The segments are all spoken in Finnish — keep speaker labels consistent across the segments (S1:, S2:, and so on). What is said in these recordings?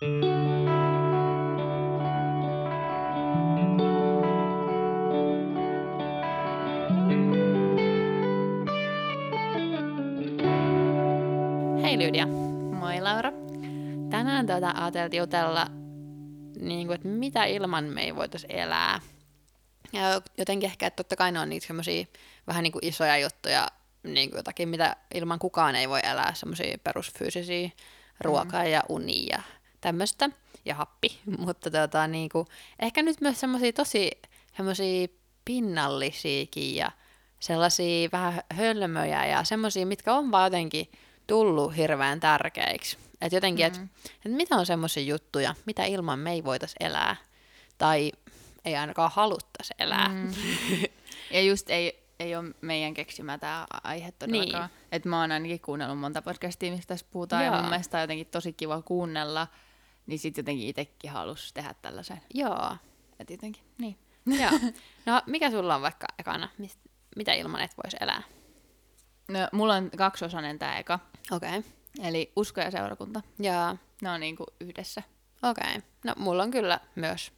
S1: Hei Lydia.
S2: Moi Laura.
S1: Tänään ajateltiin jutella, niin kuin, että mitä ilman me ei voitaisi elää. Ja jotenkin ehkä, että totta kai ne on niitä semmoisia vähän niin kuin isoja juttuja, niin kuin jotakin, mitä ilman kukaan ei voi elää, semmoisia perusfyysisiä, ruokaa ja uni ja tämmöistä, ja happi. Mutta niin kuin, ehkä nyt myös semmoisia tosi semmoisia pinnallisiakin ja sellaisia vähän hölmöjä ja semmoisia, mitkä on vaan jotenkin tullut hirveän tärkeiksi. Että jotenkin, että mitä on semmoisia juttuja, mitä ilman me ei voitaisi elää, tai ei ainakaan haluttaisi elää.
S2: Ja just ei ole meidän keksimä tämä aihe todellakaan.
S1: Niin.
S2: Että mä oon ainakin kuunnellut monta podcastia, mistä tässä puhutaan, ja mun mielestä on jotenkin tosi kiva kuunnella, niin sit jotenkin itsekin halusi tehdä tällaisen.
S1: Joo.
S2: Että jotenkin, niin.
S1: Joo. No, mikä sulla on vaikka ekana, mitä ilman et voisi elää?
S2: No, mulla on kaksiosainen tää eka.
S1: Okei. Okay.
S2: Eli usko ja seurakunta.
S1: Joo.
S2: Ne on niinku yhdessä.
S1: Okei. Okay. No, mulla on kyllä myös.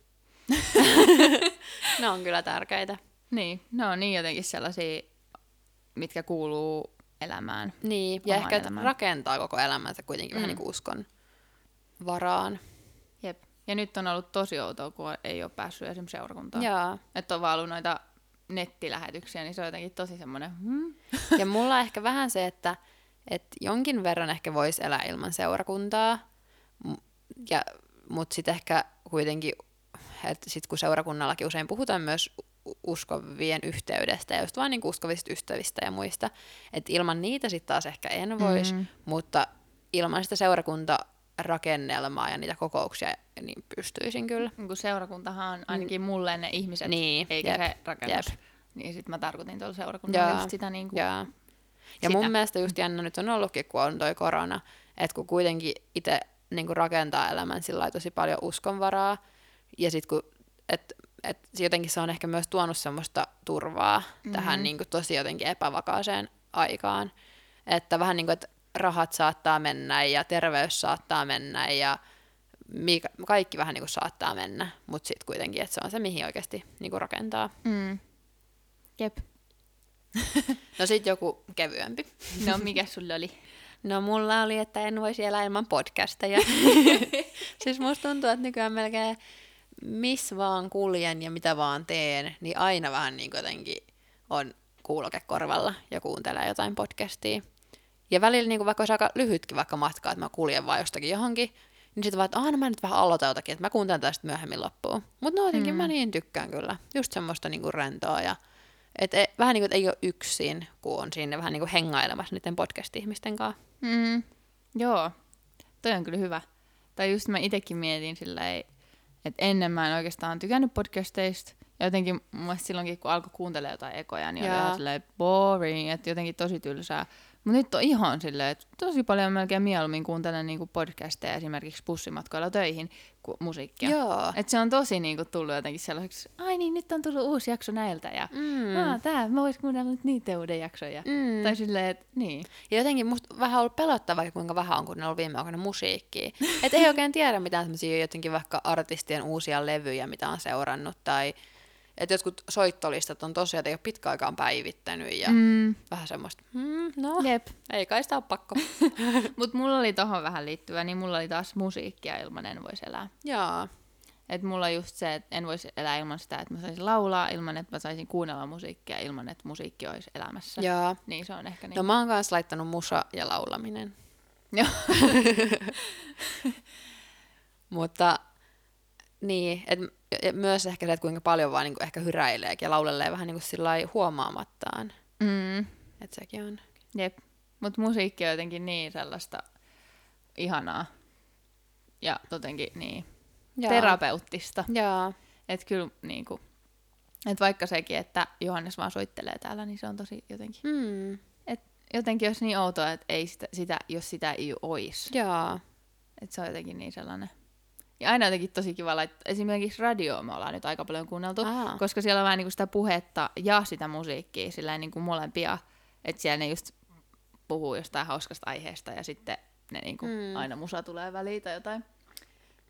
S1: Ne on kyllä tärkeitä.
S2: Niin, ne on niin jotenkin sellaisia, mitkä kuuluu elämään.
S1: Niin, ja ehkä rakentaa koko elämänsä kuitenkin vähän niin kuin uskon varaan.
S2: Jep. Ja nyt on ollut tosi outoa, kun ei ole päässyt esimerkiksi seurakuntaan.
S1: Joo.
S2: Että on vaan ollut noita nettilähetyksiä, niin se on jotenkin tosi semmoinen.
S1: Ja mulla on ehkä vähän se, että jonkin verran ehkä voisi elää ilman seurakuntaa, mutta sitten ehkä kuitenkin, että sit kun seurakunnallakin usein puhutaan myös uskovien yhteydestä ja just vaan niinku uskovista ystävistä ja muista, että ilman niitä sitten taas ehkä en voisi, mutta ilman sitä seurakuntarakennelmaa ja niitä kokouksia niin pystyisin kyllä.
S2: Kun seurakuntahan on ainakin mulle ne ihmiset,
S1: niin,
S2: eikä se rakennus. Niin sit mä tarkoitin tuolla seurakunnalla just sitä niinku.
S1: Ja mun mielestä just jännä nyt on ollutkin, kun on toi korona, että kun kuitenkin itse niinku rakentaa elämän sillä tosi paljon uskonvaraa, ja sit kun, jotenkin se on ehkä myös tuonut semmoista turvaa tähän niinku tosi jotenkin epävakaaseen aikaan, että vähän niin kuin, että rahat saattaa mennä ja terveys saattaa mennä ja kaikki vähän niin kuin saattaa mennä, mutta sitten kuitenkin, että se on se, mihin oikeasti niinku rakentaa.
S2: Jep.
S1: No sit joku kevyempi.
S2: No mikä sulla oli?
S1: No mulla oli, että en voisi elää ilman podcasteja. Siis musta tuntuu, että nykyään melkein missä vaan kuljen ja mitä vaan teen, niin aina vähän niin jotenkin on kuuloke korvalla ja kuuntelee jotain podcastia. Ja välillä niin vaikka olisi aika lyhytkin vaikka matka, että mä kuljen vaan jostakin johonkin, niin sitten vaan, että no mä nyt vähän aloitan jotakin, että mä kuuntelen tästä myöhemmin loppuun. Mutta no jotenkin mä niin tykkään kyllä. Just semmoista niin kuin rentoa ja vähän niin kuin, että ei ole yksin, kun on siinä vähän niin kuin hengailemassa niiden podcast-ihmisten kanssa.
S2: Joo, toi on kyllä hyvä. Tai just mä itekin mietin silleen, että ennen mä en oikeastaan tykännyt podcasteista. Ja jotenkin mun mielestä silloinkin, kun alkoi kuuntelemaan jotain ekoja, niin oli ihan silleen boring, että jotenkin tosi tylsää. Mutta nyt on ihan silleen, että tosi paljon melkein mieluummin kuuntelen niinku podcasteja esimerkiksi bussimatkoilla töihin kuin musiikkia. Että se on tosi niinku tullut jotenkin sellaiseksi, ai niin, nyt on tullut uusi jakso näiltä ja mä vois kuunnella nyt niitä uuden jaksoja. Tai silleen, että niin.
S1: Ja jotenkin musta vähän ollut pelottavaa, kuinka vähän on kuunnellut viime aikoina musiikkia. Että ei oikein tiedä mitään semmosia jotenkin vaikka artistien uusia levyjä, mitä on seurannut tai että jotkut soittolistat on tosiaan, että ei ole pitkä aikaan päivittänyt ja vähän semmoista, no,
S2: Jep.
S1: Ei kai sitä ole pakko.
S2: Mutta mulla oli tohon vähän liittyvä, niin mulla oli taas musiikkia ilman en voisi elää.
S1: Jaa.
S2: Että mulla on just se, että en voisi elää ilman sitä, että mä saisin laulaa, ilman että mä saisin kuunnella musiikkia, ilman että musiikki olisi elämässä.
S1: Jaa.
S2: Niin se on ehkä niin.
S1: No mä oon kanssa laittanut musa ja laulaminen.
S2: Joo.
S1: Mutta niin, että myös ehkä se, että kuinka paljon vaan niin kuin ehkä hyräilee ja laulelee vähän niin kuin sillai huomaamattaan. Että sekin on.
S2: Jep. Mutta musiikki on jotenkin niin sellaista ihanaa ja jotenkin niin terapeuttista. Että kyllä niinku, että vaikka sekin, että Johannes vaan soittelee täällä, niin se on tosi jotenkin. Että jotenkin olisi niin outoa, että ei sitä jos sitä ei ois. Että se on jotenkin niin sellainen. Ja aina jotenkin tosi kiva laittaa. Esimerkiksi radioa me ollaan nyt aika paljon kuunneltu, koska siellä on vähän niin kuin sitä puhetta ja sitä musiikkia silleen niin kuin molempia. Että siellä ne just puhuu jostain hauskasta aiheesta ja sitten ne niin kuin aina musa tulee väliin tai jotain.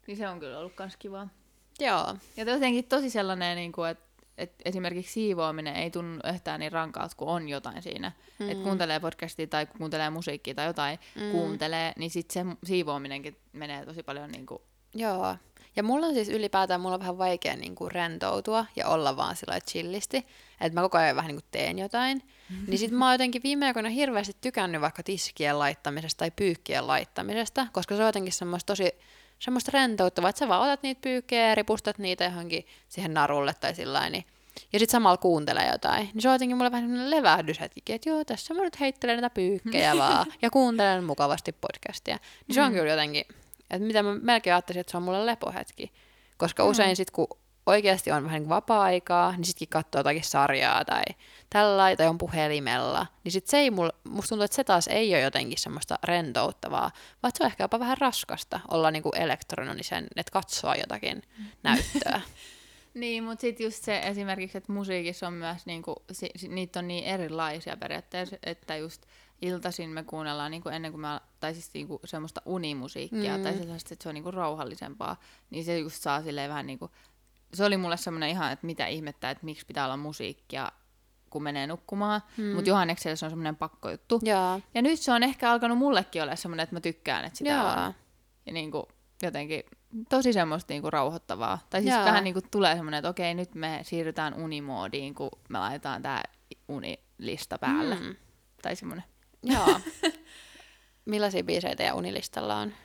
S2: Niin se on kyllä ollut kans kivaa.
S1: Joo.
S2: Ja jotenkin tosi sellainen, niin kuin, että esimerkiksi siivoaminen ei tunnu yhtään niin rankaalta, kun on jotain siinä. Että kuuntelee podcastia tai kuuntelee musiikkia tai jotain kuuntelee, niin sitten se siivoaminenkin menee tosi paljon niin kuin...
S1: Joo. Ja mulla on siis ylipäätään vähän vaikea niin kuin rentoutua ja olla vaan sillä chillisti. Että mä koko ajan vähän niin kuin teen jotain. Niin sit mä oon jotenkin viime aikoina hirveästi tykännyt vaikka tiskien laittamisesta tai pyykkien laittamisesta, koska se on jotenkin semmoista rentouttavaa, että sä vaan otat niitä pyykkejä ja ripustat niitä johonkin siihen narulle tai sillain, niin ja sitten samalla kuuntelee jotain. Niin se on jotenkin mulle vähän sellainen levähdyshetki, että joo, tässä mä nyt heittelen näitä pyykkejä vaan ja kuuntelen mukavasti podcastia. Niin se on kyllä jotenkin, että mitä mä melkein ajattelin, että se on mulle lepohetki. Koska usein sitten, kun oikeasti on vähän niin kuin vapaa-aikaa, niin sittenkin katsoo jotakin sarjaa tai tällaista, tai on puhelimella, niin sit se ei musta tuntuu, että se taas ei ole jotenkin semmoista rentouttavaa, vaan se on ehkä jopa vähän raskasta olla niinku elektronisen, että katsoa jotakin näyttöä.
S2: Niin, mutta sitten just se esimerkiksi, että musiikissa on myös, niinku, niitä on niin erilaisia periaatteessa, että just iltaisin me kuunnellaan niinku ennen kuin tai siis niinku semmoista unimusiikkia, tai sellaista, että se on niinku rauhallisempaa, niin se just saa silleen vähän niinku, se oli mulle semmoinen ihan, että mitä ihmettä, että miksi pitää olla musiikkia, kun menee nukkumaan, mutta Johannekselle se on semmoinen pakkojuttu. Ja nyt se on ehkä alkanut mullekin olla semmoinen, että mä tykkään, että sitä on. Ja niinku jotenkin tosi semmoista niinku rauhoittavaa. Tai siis vähän niinku tulee semmoinen, että okei, nyt me siirrytään unimoodiin, kun me laitetaan tää unilista päälle. Tai semmoinen.
S1: Joo. Millaisia biisejä teidän unilistalla on?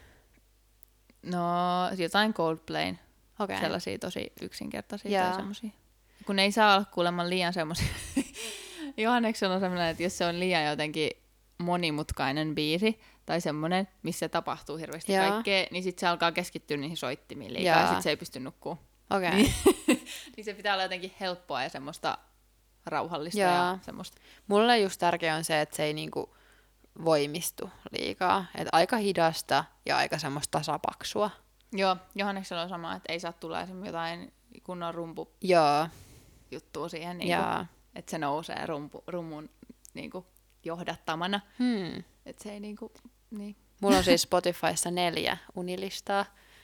S2: No, jotain Coldplayn. Okay. Sellaisia tosi yksinkertaisia tai semmoisia. Kun ei saa olla kuulemma liian semmoisia. Johanneksella on semmoinen, että jos se on liian jotenkin monimutkainen biisi tai semmoinen, missä tapahtuu hirveästi kaikkea, niin sitten se alkaa keskittyä niihin soittimiin liikaa ja sitten se ei pysty nukkua.
S1: Okay.
S2: Niin se pitää olla jotenkin helppoa ja semmoista rauhallista ja semmoista.
S1: Mulle just tärkeää on se, että se ei niinku voimistu liikaa. Että aika hidasta ja aika semmoista tasapaksua.
S2: Joo, Johanneksella on sama, että ei saa tulla esimerkiksi jotain kunnon juttua siihen, niin että se nousee rummun niin kuin johdattamana. Että se ei niin.
S1: Mulla on siis Spotifyssa 4 unilistaa,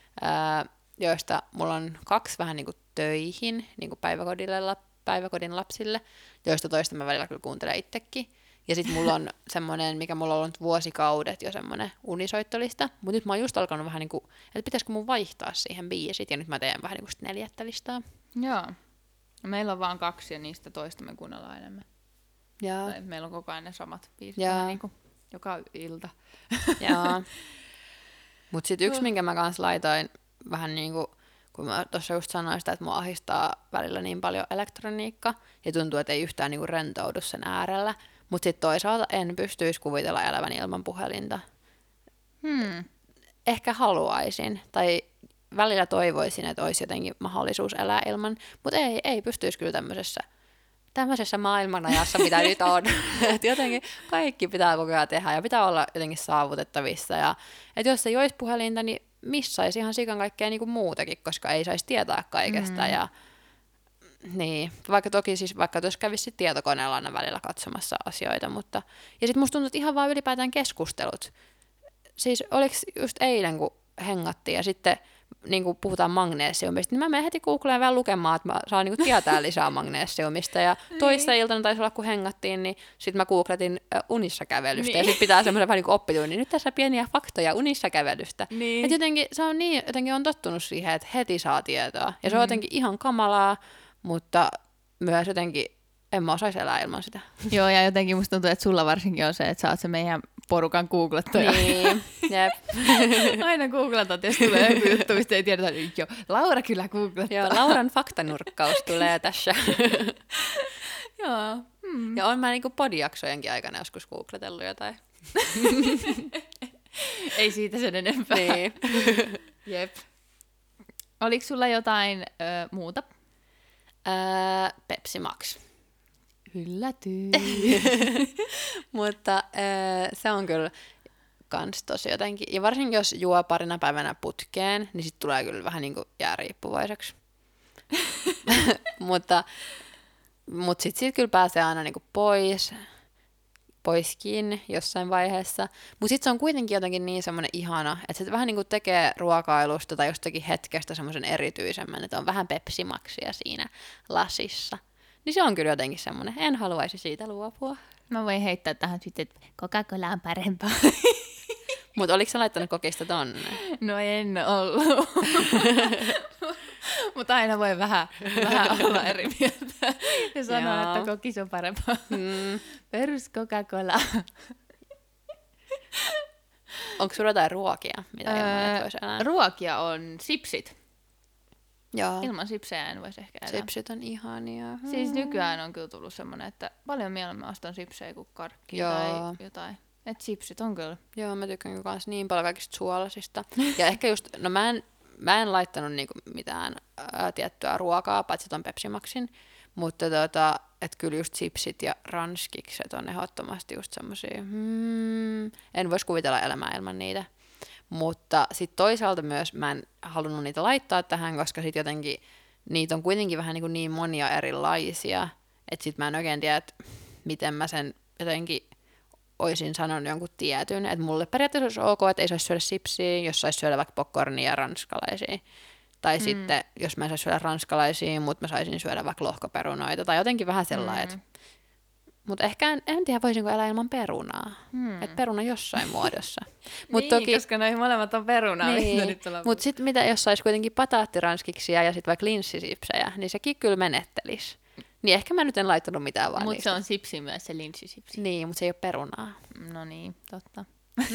S1: joista mulla on 2 vähän niin kuin töihin, niin kuin päiväkodin lapsille, joista toista mä välillä kyllä kuuntelen itsekin. Ja sit mulla on semmonen, mikä mulla on ollut vuosikaudet jo semmonen unisoittolista, mutta nyt mä oon just alkanut vähän niinku, että pitäisikö mun vaihtaa siihen biisit, ja nyt mä teen vähän niinku 4 listaa.
S2: Joo. Meillä on vaan 2 ja niistä toista me kuunnellaan enemmän.
S1: Joo.
S2: Meillä on koko ajan ne samat biisit, niinku joka ilta.
S1: Joo. Mut sit yksi, minkä mä kans laitoin vähän niinku, kun mä tuossa just sanoin sitä, että mua ahdistaa välillä niin paljon elektroniikka, ja tuntuu, että ei yhtään niinku rentoudu sen äärellä. Mutta sitten toisaalta en pystyisi kuvitella elävän ilman puhelinta. Ehkä haluaisin, tai välillä toivoisin, että olisi jotenkin mahdollisuus elää ilman, mutta ei pystyisi kyllä tämmöisessä maailmanajassa, mitä nyt on. Että jotenkin kaikki pitää koko ajan tehdä ja pitää olla jotenkin saavutettavissa. Ja, että jos ei olisi puhelinta, niin missaisi ihan sikan kaikkea niin kuin muutakin, koska ei saisi tietää kaikesta. Ja niin, vaikka toki siis vaikka tuossa kävisi tietokoneella aina välillä katsomassa asioita, mutta ja sitten musta tuntuu, että ihan vaan ylipäätään keskustelut. Siis oliko just eilen, kun hengattiin ja sitten niin kun puhutaan magneesiumista, niin mä menen heti Googleen vähän lukemaan, että mä saan niin kun tietää lisää magneesiumista. Ja toissa iltana taisi olla, kun hengattiin, niin sitten mä googletin unissa kävelystä. Ja sitten pitää semmoisen vähän niin kuin oppitunnin, niin nyt tässä pieniä faktoja unissa kävelystä. Että jotenkin se on niin, jotenkin on tottunut siihen, että heti saa tietoa. Ja se on jotenkin ihan kamalaa, mutta myös jotenkin en mä osaisi elää ilman sitä.
S2: Joo, ja jotenkin musta tuntuu, että sulla varsinkin on se, että sä oot se meidän porukan googlettaja.
S1: Niin, jep.
S2: Aina googletat, jos tulee joku juttu, mistä ei tiedetä, että joo, Laura kyllä googlettaa.
S1: Joo, Lauran faktanurkkaus tulee tässä.
S2: Joo.
S1: Ja on mä niinku podijaksojenkin aikana joskus googletellut jotain.
S2: Ei siitä sen enempää.
S1: Niin.
S2: Jep. Oliko sulla jotain muuta?
S1: Pepsi Max.
S2: Yllätys.
S1: Mutta se on kyllä kans tosi jotenkin. Ja varsinkin jos juo parina päivänä putkeen, niin sit tulee kyllä vähän niinku jääriippuvaiseksi. Mutta sit siitä kyllä pääsee aina niinku pois. pois kiinni jossain vaiheessa. Mutta sitten se on kuitenkin jotenkin niin semmoinen ihana, että se vähän niin kuin tekee ruokailusta tai jostakin hetkestä semmoisen erityisemmän, että on vähän pepsimaksia siinä lasissa. Niin se on kyllä jotenkin semmoinen, en haluaisi siitä luopua.
S2: Mä voin heittää tähän sitten, että Coca-Cola on parempaa.
S1: Mutta oliko sä laittanut kokista tonne?
S2: No en ollut. Mutta aina voi vähän olla eri mieltä ja sanoa, että kokis on parempaa. Perus Coca-Cola.
S1: Onko sulla jotain ruokia, mitä ilman voisi elää?
S2: Ruokia on sipsit.
S1: Joo.
S2: Ilman sipsejä en voisi ehkä elää.
S1: Sipsit on ihania.
S2: Siis nykyään on kyllä tullut semmoinen, että paljon mieluummin ostan sipsejä kuin karkkia tai jotain. Et sipsit on kyllä.
S1: Joo, mä tykkään myös niin paljon kaikista suolasista. Ja ehkä just, no mä en laittanut niinku mitään tiettyä ruokaa, paitsi ton Pepsi Maxin, mutta et kyllä just sipsit ja ranskikset on ehdottomasti just semmosia, en vois kuvitella elämää ilman niitä. Mutta sitten toisaalta myös mä en halunnut niitä laittaa tähän, koska sit jotenkin niitä on kuitenkin vähän niin monia erilaisia, että sit mä en oikein tiedä, että miten mä sen jotenkin oisin sanonut jonkun tietyn, että mulle periaatteessa olisi ok, että ei saisi syödä sipsiä, jos saisi syödä vaikka popcornia ja ranskalaisia. Tai sitten, jos mä en saisi syödä ranskalaisia, mutta mä saisin syödä vaikka lohkoperunoita, tai jotenkin vähän sellainen. Mutta ehkä en tiedä, voisinko elää ilman perunaa. Että peruna jossain muodossa.
S2: Niin, toki, koska noi molemmat on perunaa.
S1: Niin, mutta sitten mitä jos saisi kuitenkin pataattiranskiksia ja sitten vaikka linssisipsejä, niin sekin kyllä menettelisi. Niin ehkä mä nyt en laittanut mitään vaan
S2: Mutta se on sipsi myös, se linssisipsi.
S1: Niin, mutta se ei ole perunaa.
S2: No niin, totta.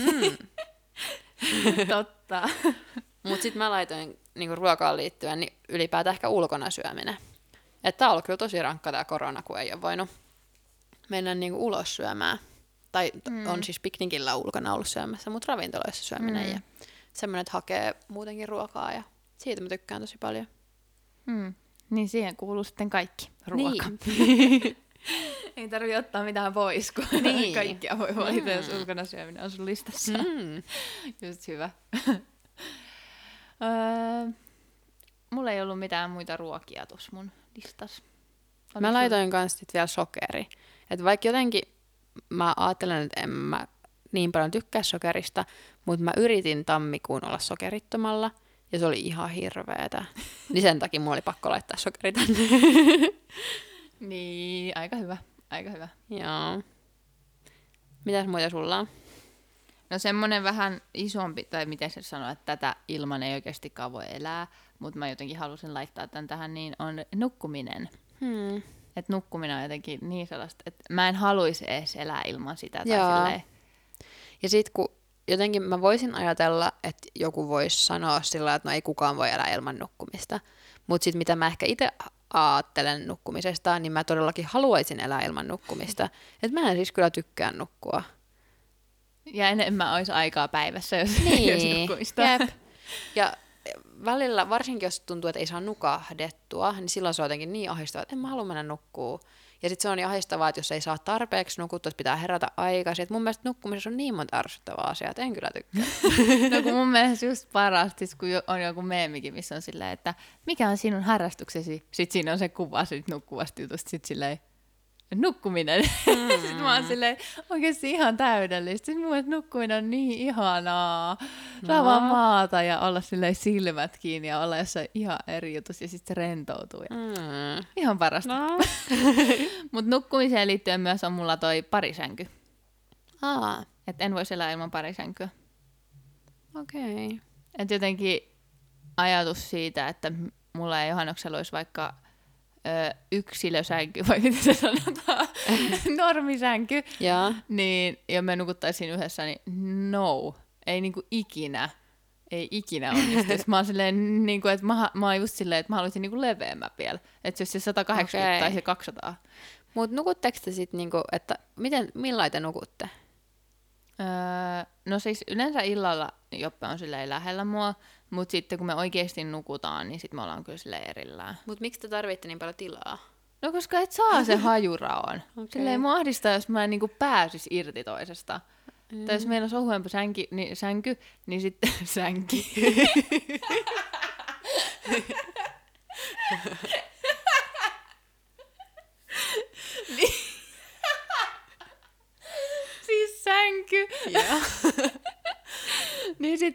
S2: Totta.
S1: Mutta sitten mä laitoin niinku ruokaan liittyen niin ylipäätään ehkä ulkona syöminen. Että tää on ollut kyllä tosi rankka tää korona, kun ei ole voinut mennä niinku ulos syömään. Tai on siis piknikillä ulkona ollut syömässä, mutta ravintoloissa syöminen. Ja semmoinen, että hakee muutenkin ruokaa ja siitä mä tykkään tosi paljon.
S2: Niin siihen kuuluu sitten kaikki ruoka.
S1: Niin.
S2: Ei tarvitse ottaa mitään pois, kun kaikkia voi valita, jos ulkona syöminen on sun listassa. Just hyvä. Mulla ei ollut mitään muita ruokia tuossa mun listassa.
S1: Mä laitoin kanssa vielä sokeri. Että vaikka jotenkin mä ajattelen, että en mä niin paljon tykkää sokerista, mutta mä yritin tammikuun olla sokerittomalla, ja se oli ihan hirveetä. Niin sen takia mulla oli pakko laittaa sokeri tänne.
S2: Niin, aika hyvä. Aika hyvä.
S1: Joo. Mitäs muita sulla on?
S2: No semmonen vähän isompi, tai miten se sanoo, että tätä ilman ei oikeastikaan voi elää, mutta mä jotenkin halusin laittaa tämän tähän, niin on nukkuminen. Että nukkuminen on jotenkin niin sellaista, että mä en haluaisi edes elää ilman sitä. Tai silleen.
S1: Ja sit kun jotenkin mä voisin ajatella, että joku voisi sanoa sillä, että no ei kukaan voi elää ilman nukkumista. Mutta sit mitä mä ehkä itse ajattelen nukkumisesta, niin mä todellakin haluaisin elää ilman nukkumista. Että mä en siis kyllä tykkää nukkua.
S2: Ja enemmän olisi aikaa päivässä, jos
S1: niin.
S2: Jos nukkumista.
S1: Jep. Ja välillä, varsinkin jos tuntuu, että ei saa nukahdettua, niin silloin se on jotenkin niin ahdistavaa, että en mä halua mennä nukkuu. Ja sitten se on niin ahdistavaa, että jos ei saa tarpeeksi nukuttua, että pitää herätä aikaisin. Mun mielestä nukkumisessa on niin monta ärsyttävää asiaa, että en kyllä tykkää.
S2: No kun mun mielestä just parasta, kun on joku meemikin, missä on silleen, että mikä on sinun harrastuksesi? Sitten siinä on se kuva siitä nukkuvasta jutusta, sitten silleen, nukkuminen. Sitten mä oon silleen, oikeasti ihan täydellistä. Sitten mun mielestä nukkuminen on niin ihanaa. Saa vaan maata ja olla silleen silmät kiinni ja olla jossain ihan eri jutussa ja sitten se rentoutuu. Ihan parasta. No. Mutta nukkumiseen liittyen myös on mulla toi parisänky. Että en voisi elää ilman parisänkyä.
S1: Okei. Okay.
S2: Että jotenkin ajatus siitä, että mulla ei Johannuksella olisi vaikka yksilösänky, vai miten se sanotaan, normisänky, niin, ja me nukuttaisiin yhdessä, niin no, ei niinku ikinä, ei ikinä onnistuisi. Mä oon silleen, niinku, että mä oon just silleen, että mä haluaisin niinku leveämmä vielä, että jos se 180 tai se 200.
S1: Mut nukutteko te sit niinku, että millain te nukutte?
S2: No siis yleensä illalla Joppe on silleen lähellä mua, mutta sitten kun me oikeasti nukutaan, niin sitten me ollaan kyllä silleen erillään.
S1: Mutta miksi te tarvitte niin paljon tilaa?
S2: No koska et saa se hajuraon. Okay. Silleen mua ahdistaa, jos mä en niinku pääsis irti toisesta. Tai jos meillä on ohuempi sänky, niin sitten sänki.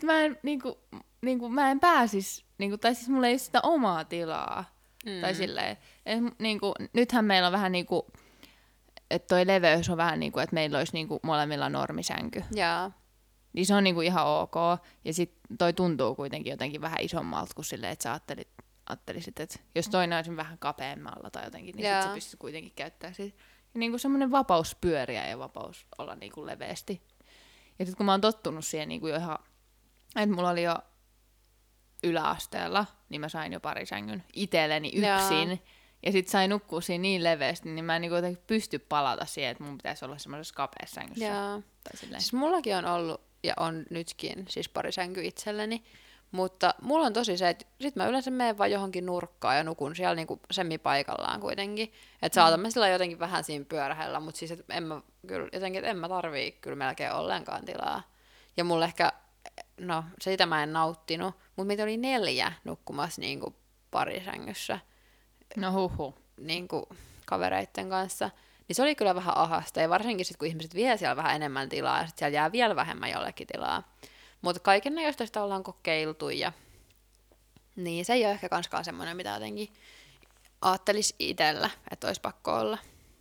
S2: mä en mä en pääsis, tai siis mulla ei ole sitä omaa tilaa. Tai silleen, nythän meillä on vähän että toi leveys on vähän että meillä olisi molemmilla normisänky.
S1: Jaa.
S2: Niin se on ihan ok. Ja sit toi tuntuu kuitenkin jotenkin vähän isommalta kuin silleen, että sä ajattelisit, että jos toinen olisi vähän kapeammalla tai jotenkin, niin sit sä pystyt kuitenkin käyttämään sitä. Ja semmoinen vapaus pyöriä ja vapaus olla leveästi. Ja sit kun mä oon tottunut siihen jo ihan, että mulla oli jo yläasteella, niin mä sain jo parisängyn itselleni yksin. Ja sit sain nukkua siinä niin leveästi, niin mä en jotenkin pysty palata siihen, että mun pitäisi olla semmoisessa kapeassa sängyssä.
S1: Siis mullakin on ollut, ja on nytkin, siis parisänky itselleni. Mutta mulla on tosi se, että sit mä yleensä menen vaan johonkin nurkkaan ja nukun siellä semipaikallaan kuitenkin. Että saatan mä sillä jotenkin vähän siinä pyörähellä, mutta siis en mä tarvii kyllä melkein ollenkaan tilaa. Ja mulla ehkä, no sitä mä en nauttinut, mutta meitä oli 4 nukkumassa parisängyssä.
S2: No huhu.
S1: Kavereitten kanssa. Niin se oli kyllä vähän ahasta, ja varsinkin sit, kun ihmiset vie siellä vähän enemmän tilaa, ja sit siellä jää vielä vähemmän jollekin tilaa. Mutta kaiken näköistä sitä ollaan kokeiltu, ja niin se ei ole ehkä kanskaan semmoinen, mitä jotenkin ajattelisi itsellä, että olisi pakko olla.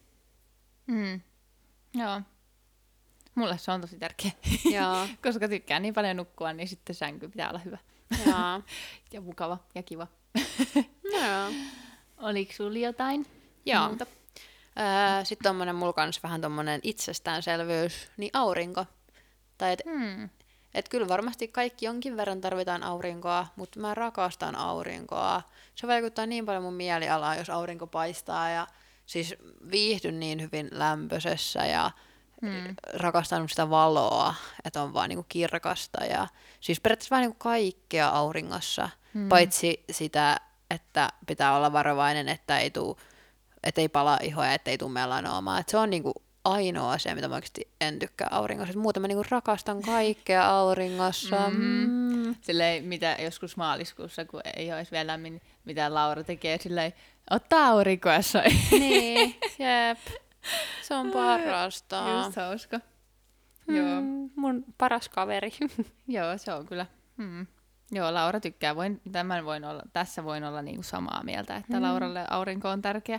S2: Joo. Mulle se on tosi tärkeä. Joo. Koska tykkään niin paljon nukkua, niin sitten sänky pitää olla hyvä.
S1: Joo.
S2: Ja mukava ja kiva.
S1: Joo.
S2: Oliko sulla jotain?
S1: Joo. Sitten tommonen mulla kans vähän tommonen itsestäänselvyys, niin aurinko. Tai et kyllä varmasti kaikki jonkin verran tarvitaan aurinkoa, mutta mä rakastan aurinkoa. Se vaikuttaa niin paljon mun mielialaan, jos aurinko paistaa, ja siis viihdyn niin hyvin lämpöisessä ja rakastan sitä valoa, että on vaan kirkasta ja siis periaatteessa vähän kaikkea auringossa, paitsi sitä, että pitää olla varovainen, että ei pala ihoa ja ettei tule melanoomaa. Et se on ainoa asia, mitä mä oikeasti en tykkää auringossa. Muuten mä rakastan kaikkea auringossa.
S2: Silleen, mitä joskus maaliskuussa, kun ei olisi vielä lämmin, mitä Laura tekee, silleen, ottaa aurinkoa.
S1: Niin, jep. Se on parasta.
S2: Just hauska. Joo.
S1: Mun paras kaveri.
S2: Joo, se on kyllä. Joo, Laura tykkää. Tässä voin olla samaa mieltä, että Lauralle aurinko on tärkeä.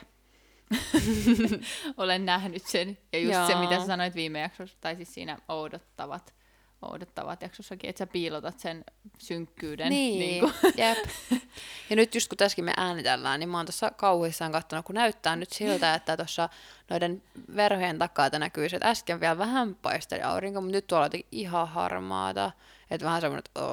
S2: Olen nähnyt sen. Ja just se, mitä sä sanoit viime jaksossa, tai siis siinä oudottavat jaksossakin, että sä piilotat sen synkkyyden.
S1: Niin, jep. Ja nyt just kun tässäkin me äänitellään, niin mä oon tuossa kauhuissaan katsonut, kun näyttää nyt siltä, että tuossa noiden verhojen takaa näkyy, että äsken vielä vähän paisteli aurinko, mutta nyt tuolla on jotenkin ihan harmaata. Että vähän semmoinen, että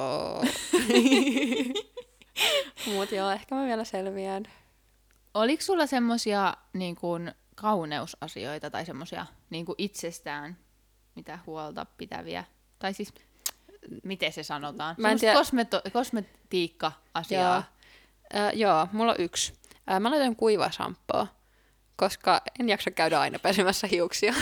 S1: Mutta joo, ehkä mä vielä selviän.
S2: Oliko sulla semmosia kauneusasioita tai semmosia itsestään mitä huolta pitäviä? Tai siis, miten se sanotaan?
S1: Mä en tiedä.
S2: Kosmetiikka-asiaa.
S1: Joo, mulla on yksi. Mä laitan kuivasampoa, koska en jaksa käydä aina pesemässä hiuksia.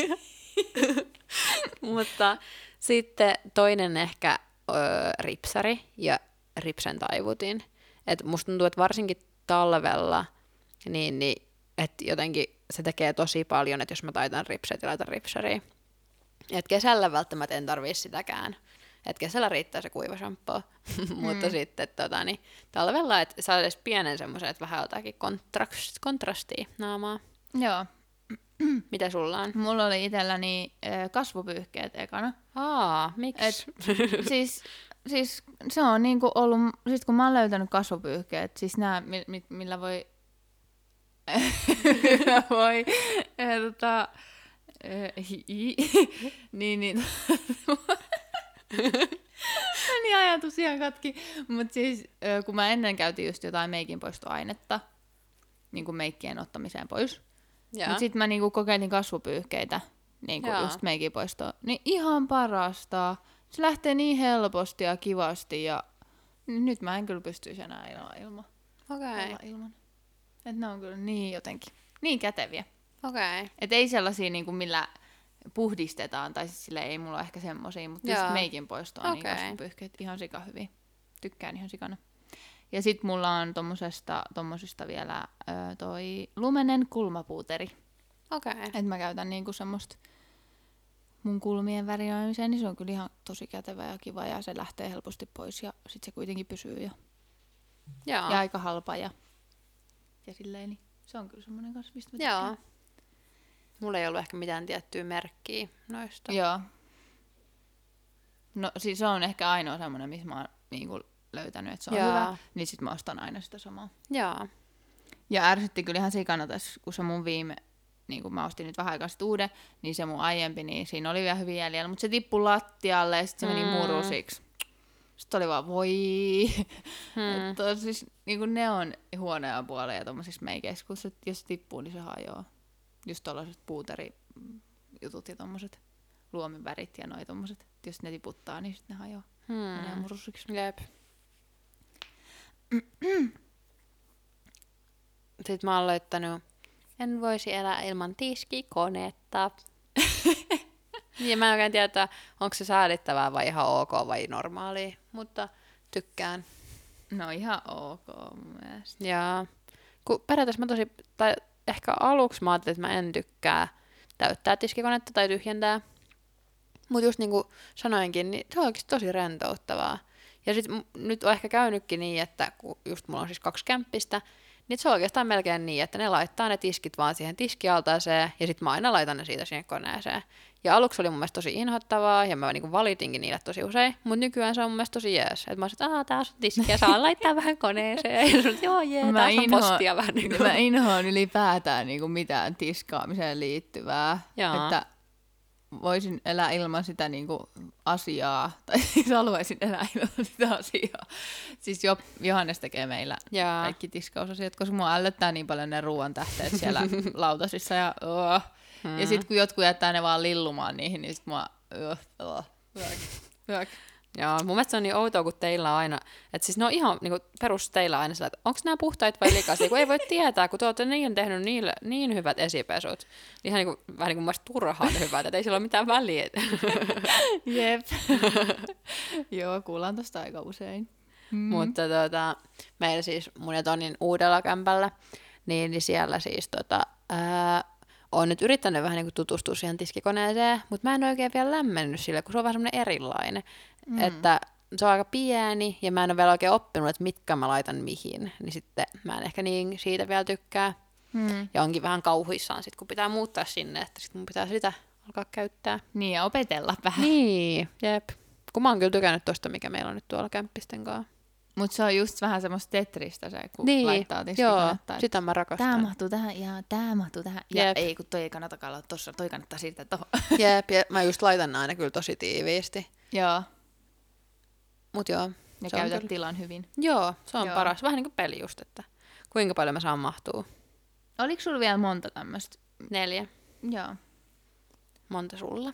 S1: Mutta sitten toinen ehkä ripsari ja ripsen taivutin. Et musta tuntuu, että varsinkin talvella, niin että jotenkin se tekee tosi paljon, että jos mä taitan ripset ja laitan ripsaria. Et kesällä välttämättä en tarvii sitäkään. Et kesällä riittää se kuiva shampoo. Mutta sitten niin talvella, että saa edes pienen semmoisen, että vähän jotakin kontrastia naamaa.
S2: Joo.
S1: Mitä sulla on?
S2: Mulla oli itselläni kasvupyyhkeet ekana.
S1: Miksi?
S2: Siis se on ollut, sit kun mä oon löytänyt kasvupyyhkeet, siis nää, millä voi niin meni ajatus ihan katki, mutta siis kun mä ennen käytin just jotain meikinpoistoainetta, meikkien ottamiseen pois, mutta sit mä kokeilin kasvupyyhkeitä, just meikinpoistoa, niin ihan parasta. Se lähtee niin helposti ja kivasti ja nyt mä en kyllä pystyisi enää ilman. Että ne on kyllä niin jotenkin, niin käteviä. Että ei sellaisia millä puhdistetaan, tai siis sille ei mulla ole ehkä semmosia, mutta just meikin poistoa niin kasvupyyhkeet ihan sika hyviä. Tykkään ihan sikana. Ja sit mulla on tommosista vielä toi lumenen kulmapuuteri. Että mä käytän semmoista mun kulmien värjäämiseen, niin se on kyllä ihan tosi kätevä ja kiva ja se lähtee helposti pois ja sit se kuitenkin pysyy ja aika halpa ja silleen, niin se on kyllä semmoinen kanssa, mistä mä tykkään.
S1: Mulla ei ollut ehkä mitään tiettyä merkkiä noista.
S2: Joo. No siis se on ehkä ainoa semmoinen, missä mä oon niinku löytänyt, että se on hyvä, niin sit mä ostan aina sitä samaa.
S1: Joo.
S2: Ja ärsytti kyllä ihan sikana tässä, kun se mun viime, niin kun mä ostin nyt vähän aikaa uuden, niin se mun aiempi, niin siinä oli vielä hyvin jäljellä, mutta se tippui lattialle ja sitten se meni murusiksi. Sitten oli vaan, voi. Siis, niin ne on huonoja puoleja tuommoisissa meikeissä, kun se, jos se tippuu, niin se hajoaa. Just tuollaiset puuterijutut ja tommoset luomivärit ja noi tommoset. Jos ne tiputtaa, niin sitten ne hajoaa. Menee murusiksi.
S1: Jep. Sitten mä oon laittanut, en voisi elää ilman tiskikonetta. Ja mä en oikein tiedä, onko se säädittävää vai ihan ok vai normaalia, mutta tykkään.
S2: No ihan ok mun mielestä.
S1: Ja kun periaatteessa mä tai ehkä aluksi mä ajattelin, että mä en tykkää täyttää tiskikonetta tai tyhjentää. Mutta just niin kuin sanoinkin, niin se on oikeasti tosi rentouttavaa. Ja sit nyt on ehkä käynytkin niin, että kun just mulla on siis 2 kämppistä, niin se on oikeastaan melkein niin, että ne laittaa ne tiskit vaan siihen tiskialtaaseen ja sitten mä aina laitan ne siitä sinne koneeseen. Ja aluksi oli mun mielestä tosi inhottavaa ja mä niinku valitinkin niille tosi usein, mutta nykyään se on mun mielestä tosi jees. Että mä olisin, että taas on tiski ja saa laittaa vähän koneeseen. Ja sanoin, joo jee, taas on postia vähän. Niin
S2: mä inhoan ylipäätään niinku mitään tiskaamiseen liittyvää. Että voisin elää ilman sitä niinku asiaa, tai siis haluaisin elää ilman sitä asiaa. Siis Johannes tekee meillä kaikki tiskausasiat, koska mua ällöttää niin paljon ne ruoan tähteet siellä lautasissa. Ja sitten kun jotkut jättää ne vaan lillumaan niihin, niin sit mua...
S1: Joo, mun mielestä se on niin outoa, kun teillä on aina, että siis ne on ihan niin perus teillä aina sillä, että onko nämä puhtaita vai likaisia, kun ei voi tietää, kun te olette tehnyt niille niin hyvät esipesut. Ihan niin kuin, vähän niin kuin mun mielestä turhaan hyvät, että ei sillä ole mitään väliä.
S2: Jep. Joo, kuullaan tosta aika usein.
S1: Mutta meillä siis mun ja Tonin uudella kämpällä, niin siellä siis olen nyt yrittänyt vähän niin kuin tutustua siihen tiskikoneeseen, mutta mä en oikein vielä lämmennyt sille, kun se on vähän semmoinen erilainen. Että se on aika pieni ja mä en ole vielä oikein oppinut, että mitkä mä laitan mihin. Niin sitten mä en ehkä niin siitä vielä tykkää. Ja onkin vähän kauhuissaan sit, kun pitää muuttaa sinne, että sit mun pitää sitä alkaa käyttää.
S2: Niin ja opetella vähän.
S1: Niin, jep. Kun mä oon kyllä tykännyt tosta, mikä meillä on nyt tuolla kämppisten kanssa.
S2: Mutta se on just vähän semmoista Tetristä se, kun laittaa
S1: tiskikonetta. Joo, sitä mä rakastan.
S2: Tää mahtuu tähän ja tää mahtuu tähän. Ja ei, kun toi ei kannatakaan olla tossa, toi kannattaa siirtää tohon.
S1: Jep, ja mä just laitan ne aina kyllä tosi tiiviisti.
S2: Joo.
S1: Mut joo.
S2: Ja käytät tilan hyvin.
S1: Joo, se on paras. Vähän niin kuin peli just, että kuinka paljon mä saan mahtua.
S2: Oliko sulla vielä monta tämmöistä?
S1: 4.
S2: Joo.
S1: Monta sulla?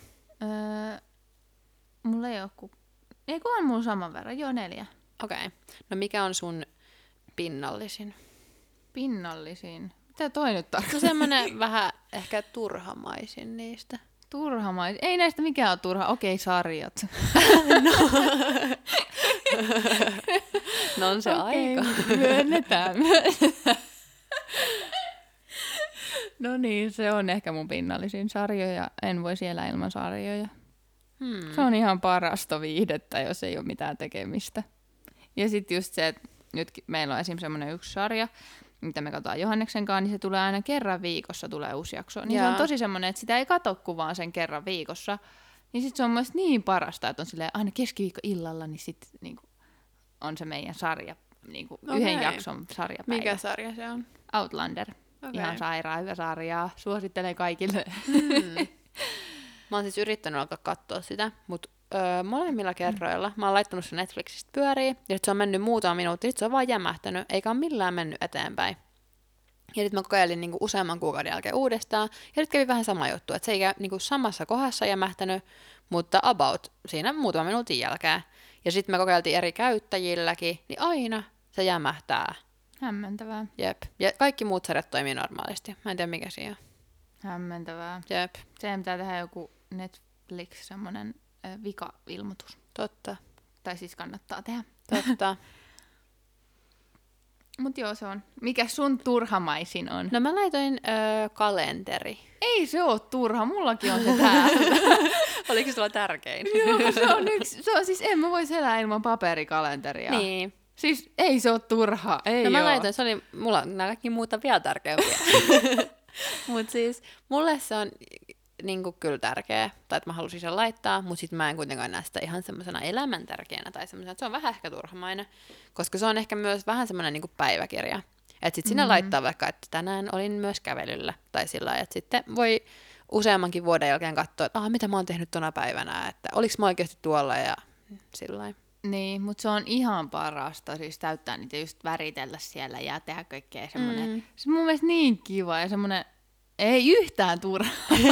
S2: Mulla ei oo Eikö on mulla saman verran? Joo, 4.
S1: Okei. No mikä on sun pinnallisin?
S2: Pinnallisin? Mitä toi nyt tarkoittaa?
S1: No semmonen vähän ehkä turhamaisin niistä.
S2: Turhamaisin? Ei näistä mikään ole turha. Okei, sarjat.
S1: No on se aika.
S2: Myönnetään. No niin, se on ehkä mun pinnallisin sarjoja. En voisi elää ilman sarjoja. Se on ihan parasta viihdettä, jos ei ole mitään tekemistä. Ja sitten just se, että nyt meillä on esimerkiksi semmoinen yksi sarja, mitä me katsotaan Johanneksen kanssa, niin se tulee aina kerran viikossa tulee uusi jakso. Niin se on tosi semmoinen, että sitä ei katso kuin vaan sen kerran viikossa. Niin sitten se on myös niin parasta, että on silleen aina keskiviikko illalla, niin sitten niinku on se meidän sarja, niinku yhden jakson sarjapäivä.
S1: Mikä sarja se on?
S2: Outlander. Ihan sairaan hyvä sarjaa. Suosittelen kaikille.
S1: Mä oon siis yrittänyt alkaa katsoa sitä, mutta molemmilla kerroilla mä oon laittanut sen Netflixistä pyöriin, ja sit se on mennyt muutama minuutti, sit se on vaan jämähtänyt, eikä ole millään mennyt eteenpäin. Ja sitten mä kokeilin niinku useamman kuukauden jälkeen uudestaan, ja nyt kävi vähän sama juttu, että se ei niinku samassa kohdassa jämähtänyt, mutta about siinä muutaman minuutin jälkeen. Ja sitten me kokeiltiin eri käyttäjilläkin, niin aina se jämähtää.
S2: Hämmentävää.
S1: Jep. Ja kaikki muut sarjat toimii normaalisti. Mä en tiedä mikä siinä on.
S2: Hämmentävää.
S1: Jep.
S2: Se pitää tehdä joku Netflix semmonen vika-ilmoitus.
S1: Totta.
S2: Tai siis kannattaa tehdä.
S1: Totta.
S2: Mut joo, se on. Mikä sun turhamaisin on?
S1: No mä laitoin kalenteri.
S2: Ei se oo turha, mullakin on se täällä.
S1: Oliko sulla tärkein?
S2: Joo, se on siis, en mä vois elää ilman paperikalenteria.
S1: Niin.
S2: Siis ei se oo turha, ei
S1: mä
S2: oo.
S1: laitoin, se oli, mulla on nämä kaikki muuta vielä tärkeämpiä. Mut siis mulle se on niinku kyllä tärkeä, tai että mä halusin sen laittaa, mutta sitten mä en kuitenkaan näe sitä ihan semmoisena elämän tärkeänä tai semmoisena, että se on vähän ehkä turhamainen, koska se on ehkä myös vähän semmoinen niinku päiväkirja. Että sitten sinne laittaa vaikka, että tänään olin myös kävelyllä, tai sillä lailla, että sitten voi useammankin vuoden jälkeen katsoa, että mitä mä oon tehnyt tuona päivänä, että oliks mä oikeasti tuolla ja sillä lailla.
S2: Niin, mutta se on ihan parasta, siis täyttää niitä just väritellä siellä ja tehdä kaikkea semmoinen. Se on mun mielestä niin kiva ja semmoinen, ei yhtään turha.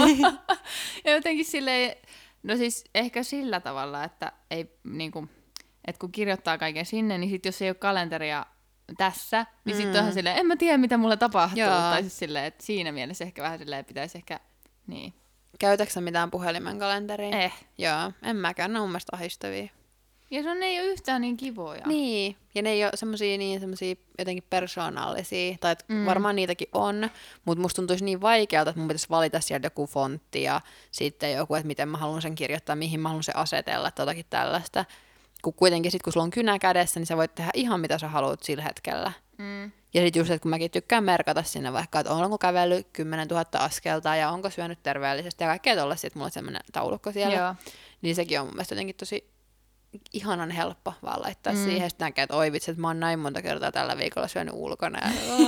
S2: Ja jotenkin silleen, no siis ehkä sillä tavalla, että ei niinku, että kun kirjoittaa kaiken sinne, niin sit jos ei ole kalenteria tässä, niin sitten onhan silleen, en mä tiedä mitä mulle tapahtuu. Joo. Tai siis silleen, että siinä mielessä ehkä vähän silleen pitäisi ehkä, niin.
S1: Käytätkö sä mitään puhelimen kalenteria? Joo, en mäkään, ne on mun mielestä ahdistavia.
S2: Ja se ei ole yhtään niin kivoja.
S1: Niin, ja ne ei ole semmosia jotenkin persoonallisia, tai varmaan niitäkin on, mutta musta tuntuisi niin vaikealta, että mun pitäisi valita sieltä joku fontti ja sitten joku, että miten mä haluan sen kirjoittaa, mihin mä haluan sen asetella, tai jotakin tällaista. Kun kuitenkin sit, kun sulla on kynä kädessä, niin sä voit tehdä ihan mitä sä haluat sillä hetkellä. Ja sitten just, että kun mäkin tykkään merkata sinne vaikka, että onko kävellyt 10 000 askelta ja onko syönyt terveellisesti ja kaikkea tollaista, että mulla on semmoinen taulukko siellä, Joo. niin sekin on mun mielestä jotenkin tosi ihanan helppo vaan laittaa siihen. Sitten näkee, että oi vitsi, että mä oon näin monta kertaa tällä viikolla syönyt ulkona.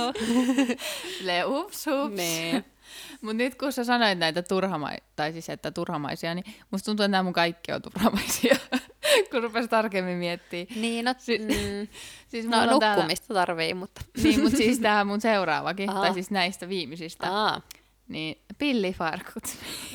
S2: Silleen ups.
S1: Niin.
S2: Mut nyt kun sä sanoit näitä turhamaisia, niin musta tuntuu, että nämä mun kaikki on turhamaisia, kun rupes tarkemmin miettimään.
S1: Niin,
S2: siis
S1: no nukkumista täällä tarvii, mutta...
S2: Niin, mutta siis tää mun seuraavakin, tai siis näistä viimeisistä, niin pillifarkut.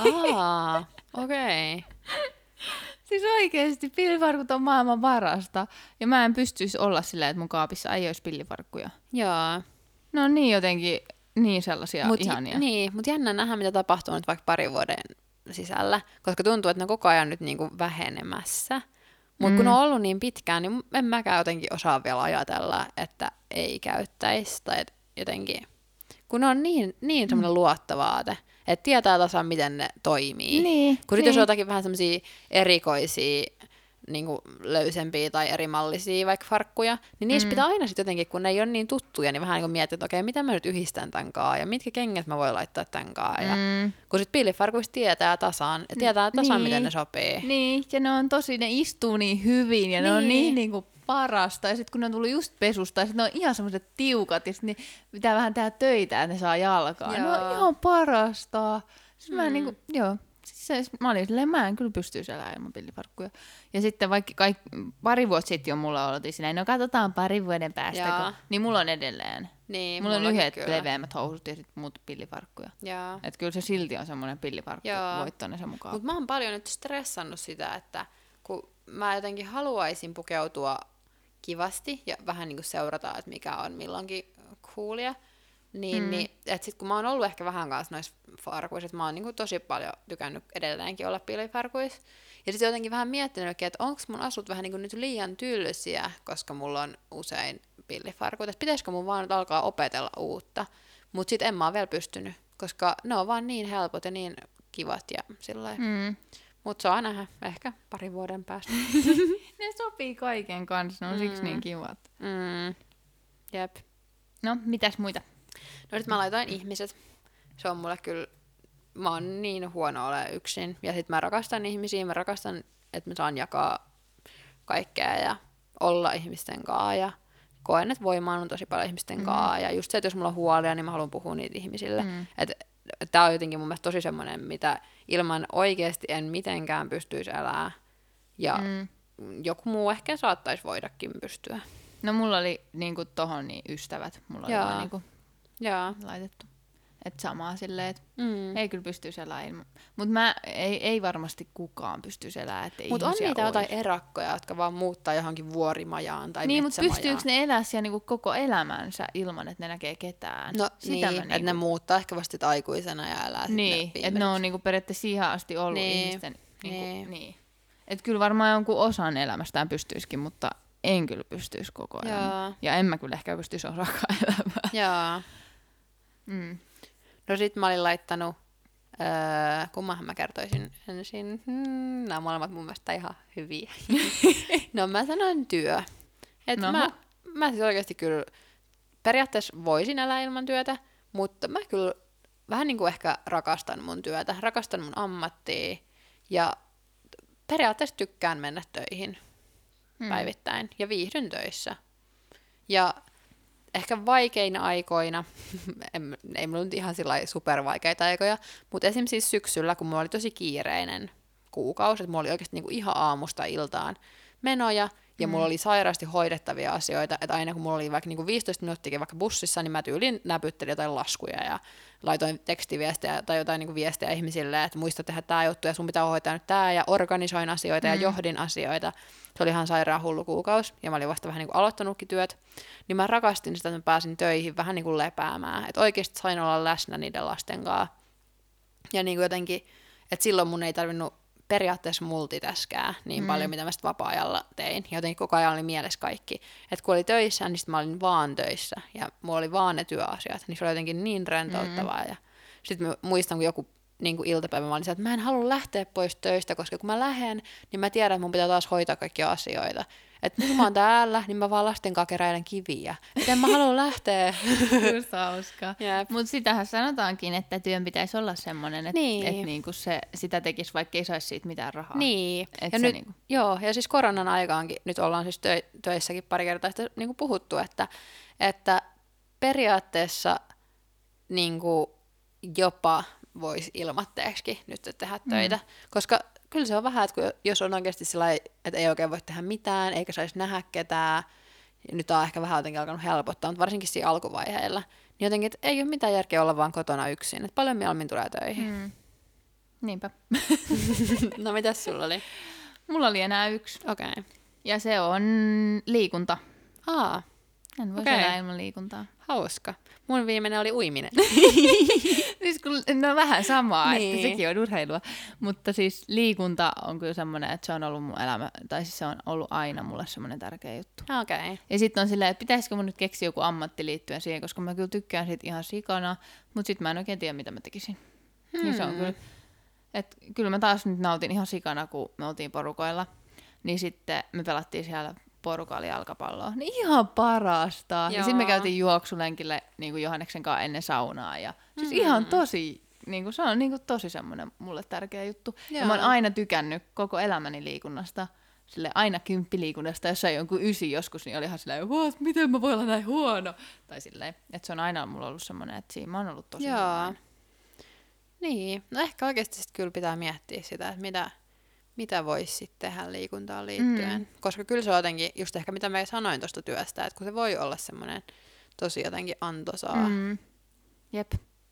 S1: Okei.
S2: Siis oikeesti pillifarkut on maailman parasta. Ja mä en pystyisi olla silleen, että mun kaapissa ei olisi pillifarkkuja.
S1: Joo.
S2: Ne on niin jotenkin, niin sellaisia ihania.
S1: Niin, mutta jännä nähdä, mitä tapahtuu nyt vaikka 2 vuoden sisällä. Koska tuntuu, että ne on koko ajan nyt niinku vähenemässä. Mutta kun ne on ollut niin pitkään, niin en mäkään jotenkin osaa vielä ajatella, että ei käyttäisi. Tai jotenkin, kun ne on niin semmoinen luottovaate. Että tietää tasan, miten ne toimii.
S2: Niin,
S1: kun sitten jos on jotakin vähän semmoisia erikoisia, niinku löysempiä tai eri mallisia vaikka farkkuja, niin niissä pitää aina sitten jotenkin, kun ne ei ole niin tuttuja, niin vähän niin kuin miettiä, että okei, miten mä nyt yhdistän tämän kaa ja mitkä kengät mä voin laittaa tämän kaa. Ja kun sitten pillifarkuissa tietää tasan, miten ne sopii.
S2: Niin, ja ne istuu niin hyvin ja ne on niin parasta. Ja sitten kun ne on tullut just pesusta, ja sitten ne on ihan semmoiset tiukat, ja sitten pitää vähän tehdä töitä, että ne saa jalkaa. Ne on ihan parasta. Mä olin silleen, mä en kyllä pystyisi elämään ilman pillifarkkuja. Ja sitten vaikka pari vuotta sitten jo mulla oltiin silleen, no katsotaan 2 vuoden päästä, niin mulla on edelleen.
S1: Niin,
S2: mulla on lyhyet leveämmät housut ja sitten muut pillifarkkuja. Että kyllä se silti on semmoinen pillifarkku voittoinen se mukaan.
S1: Mutta mä oon paljon nyt stressannut sitä, että kun mä jotenkin haluaisin pukeutua kivasti ja vähän niin kuin seurata, että mikä on milloinkin coolia, niin että sit kun mä oon ollut ehkä vähän kanssa noissa farkuissa, että mä oon niinku tosi paljon tykännyt edelleenkin olla pillifarkuissa. Ja sitten jotenkin vähän miettinyt, että onko mun asut vähän niinku nyt liian tylsiä, koska mulla on usein pillifarkuita. Että pitäisikö mun vaan nyt alkaa opetella uutta. Mutta sit en mä oon vielä pystynyt, koska ne on vaan niin helpot ja niin kivat ja sillai. Mutta saa nähdä ehkä 2 vuoden päästä.
S2: Ne sopii kaiken kanssa, ne on siksi niin kivat.
S1: Jep.
S2: No, mitäs muita?
S1: No nyt mä laitoin ihmiset. Se on mulle kyllä, mä oon niin huono ole yksin. Ja sit mä rakastan ihmisiä, mä rakastan, että mä saan jakaa kaikkea ja olla ihmisten kanssa. Ja koen, että voimaan on tosi paljon ihmisten kanssa. Ja just se, että jos mulla on huolia, niin mä haluan puhua niitä ihmisille. Tää on jotenkin mun mielestä tosi semmoinen, mitä ilman oikeasti en mitenkään pystyisi elämään. Ja joku muu ehkä saattaisi voidakin pystyä.
S2: No mulla oli niinku tohon niin ystävät. Mulla oli vaan niinku laitettu. Että samaa silleen, että ei kyllä pystyisi elämään ilman. Mutta ei varmasti kukaan pystyisi elämään.
S1: Mutta on niitä jotain erakkoja, jotka vaan muuttaa johonkin vuorimajaan tai
S2: niin, mutta pystyykö ne elää siellä niinku koko elämänsä ilman, että ne näkee ketään?
S1: No sitä niin, että ne muuttaa ehkä vasta aikuisena ja elää
S2: niin, että ne on niinku periaatteessa siihen asti ollut ihmisten. Niin. Että kyllä varmaan jonkun osan elämästään pystyisikin, mutta en kyllä pystyisi koko ajan. Ja en mä kyllä ehkä pystyisi osaakaan elämään.
S1: Joo. No sit mä olin laittanut, kummahan mä kertoisin ensin. Nämä molemmat mun mielestä ihan hyviä. No mä sanoin työ. Et mä siis oikeasti kyllä periaatteessa voisin elää ilman työtä, mutta mä kyllä vähän niin kuin ehkä rakastan mun työtä, rakastan mun ammattia ja periaatteessa tykkään mennä töihin päivittäin ja viihdyn töissä. Ja ehkä vaikeina aikoina, ei mulla nyt ihan sillä supervaikeita aikoja, mutta esimerkiksi siis syksyllä, kun mulla oli tosi kiireinen kuukausi, että mulla oli oikeasti niinku ihan aamusta iltaan menoja, ja mulla oli sairaasti hoidettavia asioita, että aina kun mulla oli vaikka niinku 15 minuuttiakin vaikka bussissa, niin mä tyyliin näpyttelin jotain laskuja ja laitoin tekstiviestejä tai jotain niinku viestejä ihmisille, että muista tehdä tää juttu ja sun pitää hoitaa nyt tää, ja organisoin asioita ja johdin asioita. Se oli ihan sairaan hullu kuukausi, ja mä olin vasta vähän niinku aloittanutkin työt, niin mä rakastin sitä, että mä pääsin töihin vähän niinku lepäämään, että oikeasti sain olla läsnä niiden lasten kanssa. Ja niinku jotenkin, että silloin mun ei tarvinnut periaatteessa multitaskää niin paljon, mitä mä sitten vapaa-ajalla tein. Ja jotenkin koko ajan oli mielessä kaikki. Että kun oli töissä, niin sitten mä olin vaan töissä. Ja mulla oli vaan ne työasiat. Niin se oli jotenkin niin rentouttavaa. Ja sitten muistan, kun joku niin kuin iltapäivä mä olin että mä en halua lähteä pois töistä, koska kun mä lähden, niin mä tiedän, että mun pitää taas hoitaa kaikkia asioita. Että nyt kun mä oon täällä, niin mä vaan lasten kanssa keräilen kiviä. Että en mä halua lähteä.
S2: Just hauskaa. Mutta sitähän sanotaankin, että työn pitäisi olla semmoinen, että niinku sitä tekisi, vaikka ei saisi siitä mitään rahaa.
S1: Niin. Ja nyt, niinku... Joo, ja siis koronan aikaankin, nyt ollaan siis töissäkin pari kertaa sitä niinku puhuttu, että periaatteessa niinku jopa voisi ilmatteeksikin nyt tehdä töitä, koska kyllä se on vähän, että jos on oikeasti sellainen, että ei oikein voi tehdä mitään, eikä saisi nähdä ketään, niin nyt on ehkä vähän jotenkin alkanut helpottaa, mutta varsinkin siinä alkuvaiheilla, niin jotenkin, että ei ole mitään järkeä olla vaan kotona yksin, että paljon mieluummin tulee töihin.
S2: Niinpä.
S1: No mitäs sulla oli?
S2: Mulla oli enää yksi.
S1: Okei.
S2: Ja se on liikunta.
S1: Aa.
S2: En voi elää ilman liikuntaa.
S1: Hauska. Mun viimeinen oli uiminen.
S2: Siis no vähän samaa, niin. Että sekin on urheilua. Mutta siis liikunta on kyllä semmoinen, että se on ollut mun elämä, tai siis se on ollut aina mulle semmoinen tärkeä juttu.
S1: Okei.
S2: Ja sitten on silleen, että pitäisikö mun nyt keksiä joku ammatti liittyen siihen, koska mä kyllä tykkään siitä ihan sikana, mutta sitten mä en oikein tiedä, mitä mä tekisin. Niin se on kyllä, että kyllä mä taas nyt nautin ihan sikana, kun me oltiin porukoilla, niin sitten me pelattiin siellä porukalla jalkapalloa. Niin ihan parasta. Joo. Ja sitten me käytiin juoksulenkille niin kuin Johanneksen kanssa ennen saunaa. Ja siis ihan tosi, niin kuin, se on niin kuin tosi semmoinen mulle tärkeä juttu. Joo. Ja mä oon aina tykännyt koko elämäni liikunnasta. Sille aina 10 liikunnasta, jos sai jonkun 9 joskus, niin oli ihan silleen, miten mä voin olla näin huono? Tai silleen, että se on aina mulla ollut semmoinen, että siinä mä oon ollut tosi hyvä.
S1: Niin, no ehkä oikeasti sit kyllä pitää miettiä sitä, että mitä voisi sitten tehdä liikuntaan liittyen. Koska kyllä se on jotenkin, just ehkä mitä mä sanoin tuosta työstä, että kun se voi olla semmoinen tosi jotenkin antoisaa.
S2: Jep.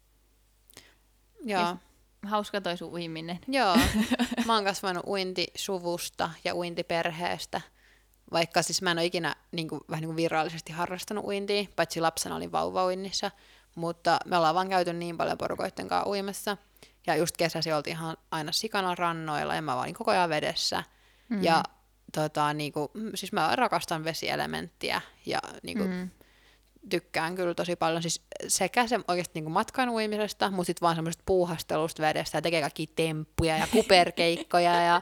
S1: Joo.
S2: Hauska toi sun uiminen.
S1: Joo. Mä oon kasvanut uintisuvusta ja uintiperheestä. Vaikka siis mä en ole ikinä vähän niin kuin virallisesti harrastanut uintia, paitsi lapsena olin vauvauinnissa. Mutta me ollaan vaan käyty niin paljon porukoitten kanssa uimassa. Ja just kesäsi oltiin ihan aina sikana rannoilla ja mä vaan koko ajan vedessä. Ja siis mä rakastan vesielementtiä ja tykkään kyllä tosi paljon. Siis sekä se oikeasti matkan uimisesta, mutta sitten vaan semmoisesta puuhastelusta vedestä ja tekee kaikkia temppuja ja kuperkeikkoja ja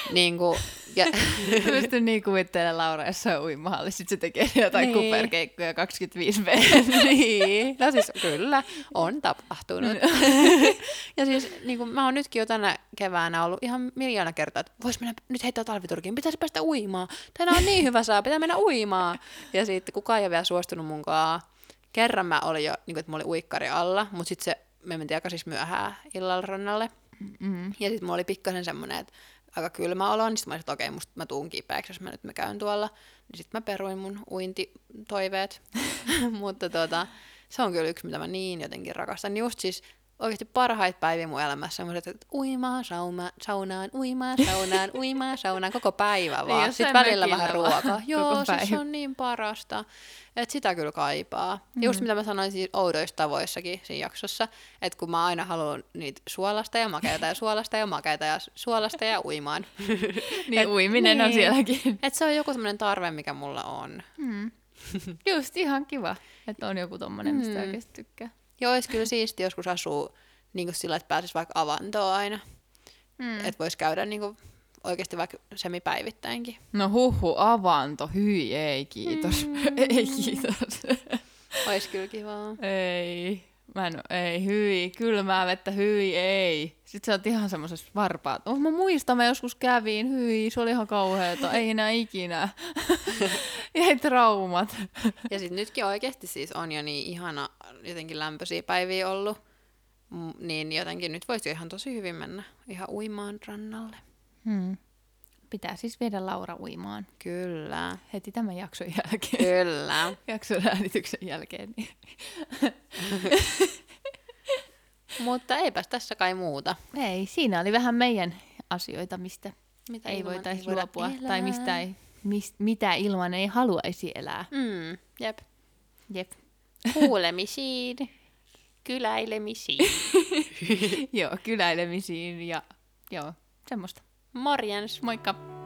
S2: Mä pystyn niin kuvittelemaan Laura jossain uimahallissa, sit se tekee jotain kuperkeikkoja 25V.
S1: Niin, no siis kyllä, on tapahtunut. Ja siis mä oon nytkin jo tänä keväänä ollut ihan miljoona kertaa, että vois mennä nyt heittää talviturkiin, pitäisi päästä uimaan. Tänään on niin hyvä saa, pitää mennä uimaan. Ja sitten kukaan ei ole vielä suostunut munkaan. Kerran mä olin jo, että mulla oli uikkari alla, mutta sitten me mentiin aika siis myöhään illalla rannalle. Ja sitten mulla oli pikkasen semmoinen, että aika kylmä olo, niin sitten mä olin, että okei, mä tuun kipeäksi, jos mä käyn tuolla. Niin sitten mä peruin mun uintitoiveet. Mutta se on kyllä yksi, mitä mä niin jotenkin rakastan. Just siis oikeasti parhaita päiviä mun elämässä. Semmoiset, että uimaan, saunaan, uimaan, saunaan, koko päivä vaan. Sitten välillä vähän ruokaa. Joo, siis se on niin parasta. Että sitä kyllä kaipaa. Just mitä mä sanoin siis oudoissa tavoissakin siinä jaksossa, että kun mä aina haluan niitä suolasta ja makeita ja suolasta ja makeita ja suolasta ja uimaan.
S2: Niin uiminen on sielläkin.
S1: Että se on joku semmoinen tarve, mikä mulla on.
S2: Just ihan kiva, että on joku tommonen, mistä oikeasti tykkää.
S1: Joo, olisi kyllä siisti joskus asuu niin sillä, että pääsisi vaikka avantoon aina. Että voisi käydä niin kuin, oikeasti vaikka semipäivittäinkin.
S2: No avanto, hyi, ei kiitos. Ei kiitos.
S1: Olisi kyllä kivaa.
S2: Ei, ei, hyi, kylmää vettä, hyi, ei. Sitten sä oot ihan semmosessa varpaat. Mä muistan, mä joskus kävin, hyi, se oli ihan kauheeta, ei enää ikinä. Jäi traumat.
S1: Ja sit nytkin oikeasti siis on jo niin ihana jotenkin lämpöisiä päiviä ollut. Niin jotenkin nyt voisi jo ihan tosi hyvin mennä ihan uimaan rannalle.
S2: Pitää siis viedä Laura uimaan.
S1: Kyllä.
S2: Heti tämän jakson jälkeen.
S1: Kyllä.
S2: Jakson äänityksen jälkeen. Niin.
S1: Mutta eipäs tässä kai muuta.
S2: Ei, siinä oli vähän meidän asioita, mistä
S1: mitä
S2: ei voitaisi luopua. Elää. Tai mitä ilman ei haluaisi elää.
S1: Jep. Kuulemisiin. Kyläilemisiin.
S2: Joo, kyläilemisiin ja joo, semmoista.
S1: Morjens.
S2: Moikka.